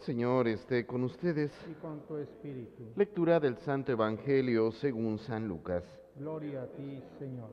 Señor esté con ustedes. y con tu espíritu. Lectura del Santo Evangelio según San Lucas. Gloria a ti, Señor.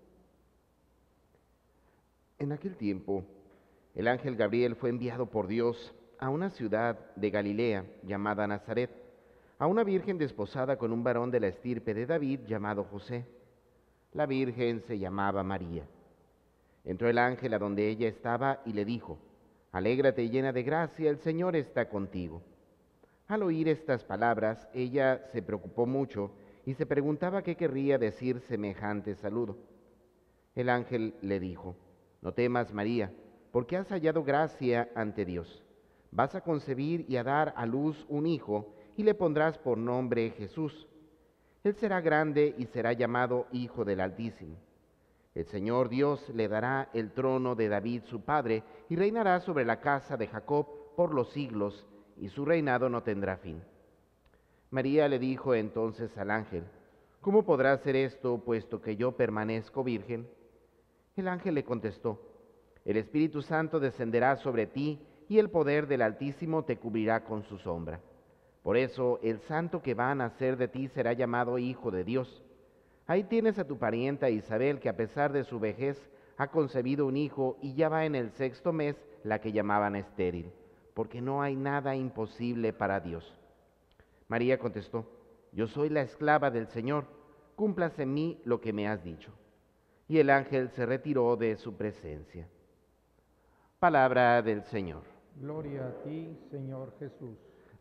En aquel tiempo, el ángel Gabriel fue enviado por Dios a una ciudad de Galilea llamada Nazaret, a una virgen desposada con un varón de la estirpe de David llamado José. La virgen se llamaba María. Entró el ángel a donde ella estaba y le dijo: Alégrate, llena de gracia, el Señor está contigo. Al oír estas palabras, ella se preocupó mucho y se preguntaba qué querría decir semejante saludo. El ángel le dijo: No temas, María, porque has hallado gracia ante Dios. Vas a concebir y a dar a luz un hijo, y le pondrás por nombre Jesús. Él será grande y será llamado Hijo del Altísimo. El Señor Dios le dará el trono de David su padre, y reinará sobre la casa de Jacob por los siglos, y su reinado no tendrá fin. María le dijo entonces al ángel: ¿Cómo podrá ser esto, puesto que yo permanezco virgen? El ángel le contestó: El Espíritu Santo descenderá sobre ti, y el poder del Altísimo te cubrirá con su sombra. Por eso el santo que va a nacer de ti será llamado Hijo de Dios. Ahí tienes a tu parienta Isabel, que a pesar de su vejez ha concebido un hijo, y ya va en el 6.º mes, la que llamaban estéril, porque no hay nada imposible para Dios. María contestó: Yo soy la esclava del Señor, cúmplase en mí lo que me has dicho. Y el ángel se retiró de su presencia. Palabra del Señor. Gloria a ti, Señor Jesús.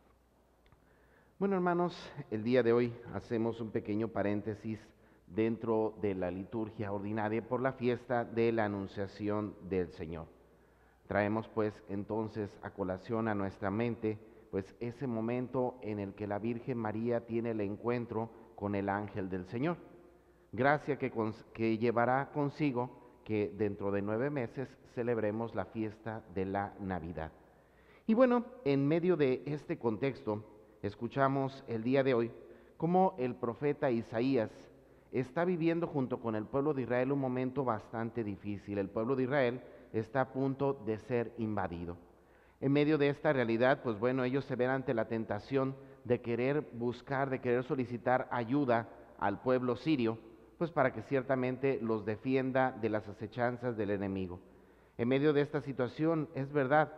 Bueno, hermanos, el día de hoy hacemos un pequeño paréntesis dentro de la liturgia ordinaria por la fiesta de la Anunciación del Señor. Traemos pues entonces a colación a nuestra mente pues ese momento en el que la Virgen María tiene el encuentro con el ángel del Señor. Gracia que llevará consigo que dentro de 9 meses celebremos la fiesta de la Navidad. Y bueno, en medio de este contexto, escuchamos el día de hoy cómo el profeta Isaías está viviendo junto con el pueblo de Israel un momento bastante difícil. El pueblo de Israel está a punto de ser invadido. En medio de esta realidad, pues bueno, ellos se ven ante la tentación de querer buscar, de querer solicitar ayuda al pueblo sirio, pues para que ciertamente los defienda de las acechanzas del enemigo. En medio de esta situación, es verdad,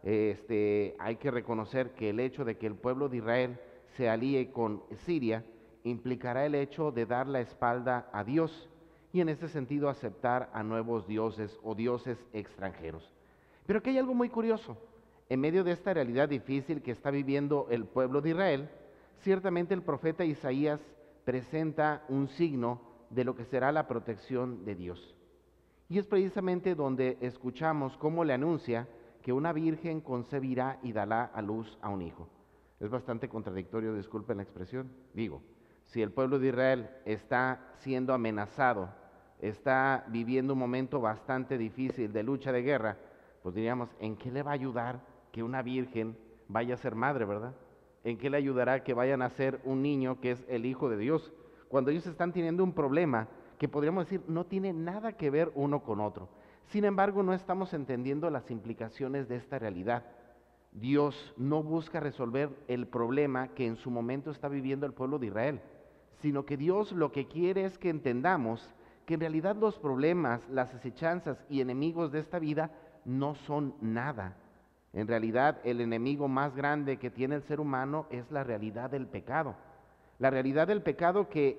hay que reconocer que el hecho de que el pueblo de Israel se alíe con Siria implicará el hecho de dar la espalda a Dios y en ese sentido aceptar a nuevos dioses o dioses extranjeros. Pero aquí hay algo muy curioso. En medio de esta realidad difícil que está viviendo el pueblo de Israel, ciertamente el profeta Isaías presenta un signo de lo que será la protección de Dios. Y es precisamente donde escuchamos cómo le anuncia que una virgen concebirá y dará a luz a un hijo. Es bastante contradictorio, disculpen la expresión. Digo, si el pueblo de Israel está siendo amenazado, está viviendo un momento bastante difícil de lucha, de guerra, pues diríamos, ¿en qué le va a ayudar que una virgen vaya a ser madre, verdad? ¿En qué le ayudará que vaya a nacer un niño que es el Hijo de Dios? Cuando ellos están teniendo un problema que podríamos decir no tiene nada que ver uno con otro. Sin embargo, no estamos entendiendo las implicaciones de esta realidad. Dios no busca resolver el problema que en su momento está viviendo el pueblo de Israel, sino que Dios lo que quiere es que entendamos que en realidad los problemas, las acechanzas y enemigos de esta vida no son nada. En realidad, el enemigo más grande que tiene el ser humano es la realidad del pecado. La realidad del pecado que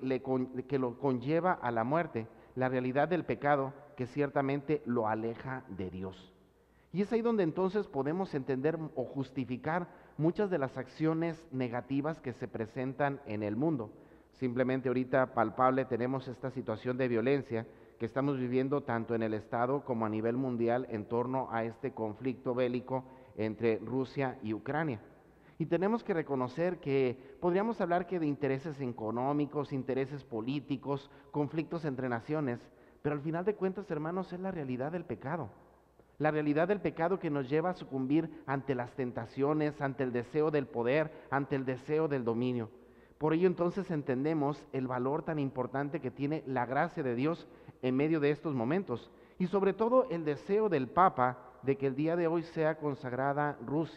lo conlleva a la muerte, la realidad del pecado que ciertamente lo aleja de Dios. Y es ahí donde entonces podemos entender o justificar muchas de las acciones negativas que se presentan en el mundo. Simplemente ahorita palpable tenemos esta situación de violencia que estamos viviendo tanto en el Estado como a nivel mundial en torno a este conflicto bélico entre Rusia y Ucrania. Y tenemos que reconocer que podríamos hablar que de intereses económicos, intereses políticos, conflictos entre naciones, pero al final de cuentas, hermanos, es la realidad del pecado. La realidad del pecado que nos lleva a sucumbir ante las tentaciones, ante el deseo del poder, ante el deseo del dominio. Por ello entonces entendemos el valor tan importante que tiene la gracia de Dios en medio de estos momentos. Y sobre todo el deseo del Papa de que el día de hoy sea consagrada Rusia,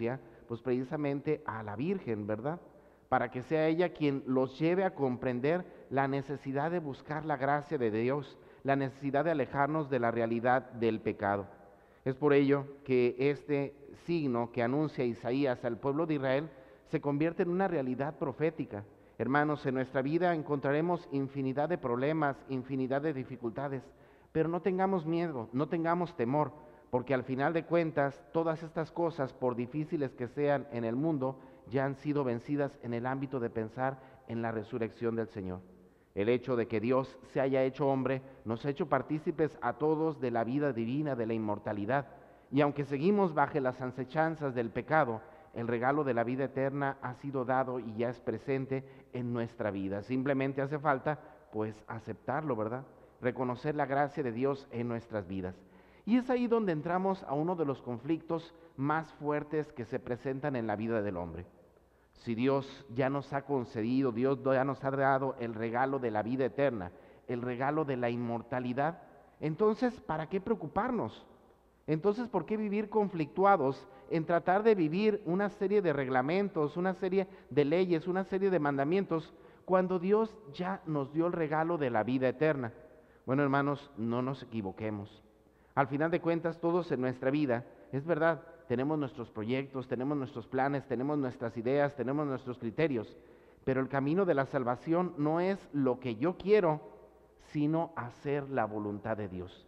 pues precisamente a la Virgen, ¿verdad? Para que sea ella quien los lleve a comprender la necesidad de buscar la gracia de Dios, la necesidad de alejarnos de la realidad del pecado. Es por ello que este signo que anuncia Isaías al pueblo de Israel se convierte en una realidad profética. Hermanos, en nuestra vida encontraremos infinidad de problemas, infinidad de dificultades, pero no tengamos miedo, no tengamos temor, porque al final de cuentas todas estas cosas, por difíciles que sean en el mundo, ya han sido vencidas en el ámbito de pensar en la resurrección del Señor. El hecho de que Dios se haya hecho hombre nos ha hecho partícipes a todos de la vida divina, de la inmortalidad. Y aunque seguimos bajo las acechanzas del pecado, el regalo de la vida eterna ha sido dado y ya es presente en nuestra vida. Simplemente hace falta, pues, aceptarlo, ¿verdad? Reconocer la gracia de Dios en nuestras vidas. Y es ahí donde entramos a uno de los conflictos más fuertes que se presentan en la vida del hombre. Si Dios ya nos ha concedido, Dios ya nos ha dado el regalo de la vida eterna, el regalo de la inmortalidad, entonces, ¿para qué preocuparnos? Entonces, ¿por qué vivir conflictuados en tratar de vivir una serie de reglamentos, una serie de leyes, una serie de mandamientos, cuando Dios ya nos dio el regalo de la vida eterna? Bueno, hermanos, no nos equivoquemos. Al final de cuentas, todos en nuestra vida, es verdad, tenemos nuestros proyectos, tenemos nuestros planes, tenemos nuestras ideas, tenemos nuestros criterios, pero el camino de la salvación no es lo que yo quiero, sino hacer la voluntad de Dios.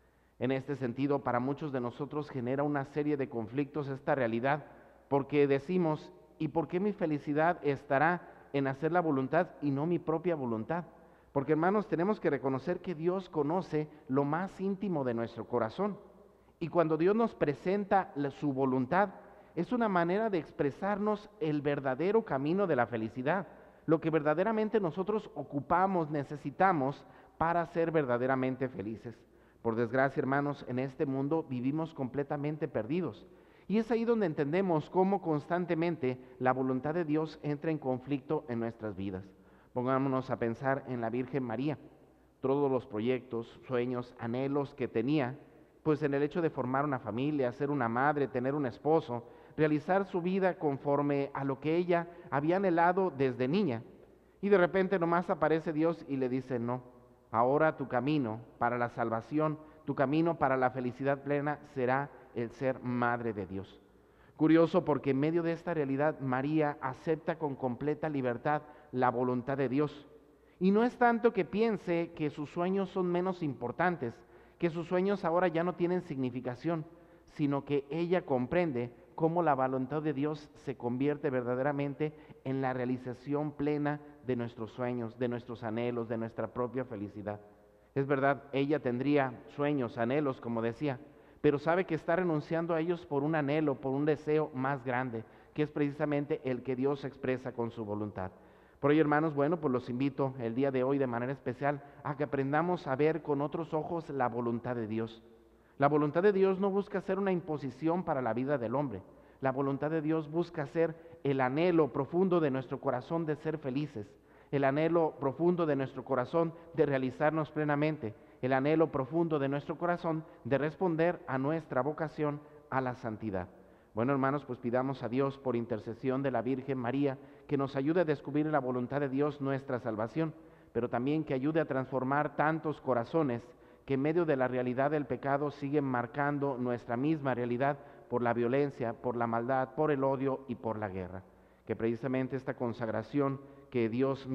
En este sentido, para muchos de nosotros genera una serie de conflictos esta realidad, porque decimos, ¿y por qué mi felicidad estará en hacer la voluntad y no mi propia voluntad? Porque, hermanos, tenemos que reconocer que Dios conoce lo más íntimo de nuestro corazón. Y cuando Dios nos presenta su voluntad, es una manera de expresarnos el verdadero camino de la felicidad, lo que verdaderamente nosotros ocupamos, necesitamos para ser verdaderamente felices. Por desgracia, hermanos, en este mundo vivimos completamente perdidos. Y es ahí donde entendemos cómo constantemente la voluntad de Dios entra en conflicto en nuestras vidas. Pongámonos a pensar en la Virgen María, todos los proyectos, sueños, anhelos que tenía, pues en el hecho de formar una familia, ser una madre, tener un esposo, realizar su vida conforme a lo que ella había anhelado desde niña. Y de repente nomás aparece Dios y le dice, no, ahora tu camino para la salvación, tu camino para la felicidad plena será el ser madre de Dios. Curioso porque en medio de esta realidad María acepta con completa libertad la voluntad de Dios. Y no es tanto que piense que sus sueños son menos importantes, que sus sueños ahora ya no tienen significación, sino que ella comprende cómo la voluntad de Dios se convierte verdaderamente en la realización plena de nuestros sueños, de nuestros anhelos, de nuestra propia felicidad. Es verdad, ella tendría sueños, anhelos, como decía, pero sabe que está renunciando a ellos por un anhelo, por un deseo más grande, que es precisamente el que Dios expresa con su voluntad. Por ello, hermanos, bueno, pues los invito el día de hoy de manera especial a que aprendamos a ver con otros ojos la voluntad de Dios. La voluntad de Dios no busca ser una imposición para la vida del hombre. La voluntad de Dios busca ser el anhelo profundo de nuestro corazón de ser felices, el anhelo profundo de nuestro corazón de realizarnos plenamente, el anhelo profundo de nuestro corazón de responder a nuestra vocación a la santidad. Bueno, hermanos, pues pidamos a Dios por intercesión de la Virgen María que nos ayude a descubrir en la voluntad de Dios nuestra salvación, pero también que ayude a transformar tantos corazones que en medio de la realidad del pecado siguen marcando nuestra misma realidad por la violencia, por la maldad, por el odio y por la guerra. Que precisamente esta consagración que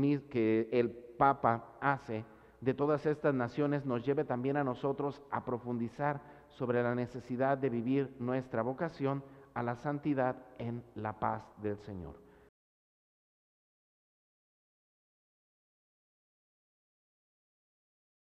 que el Papa hace de todas estas naciones nos lleve también a nosotros a profundizar sobre la necesidad de vivir nuestra vocación a la santidad en la paz del Señor.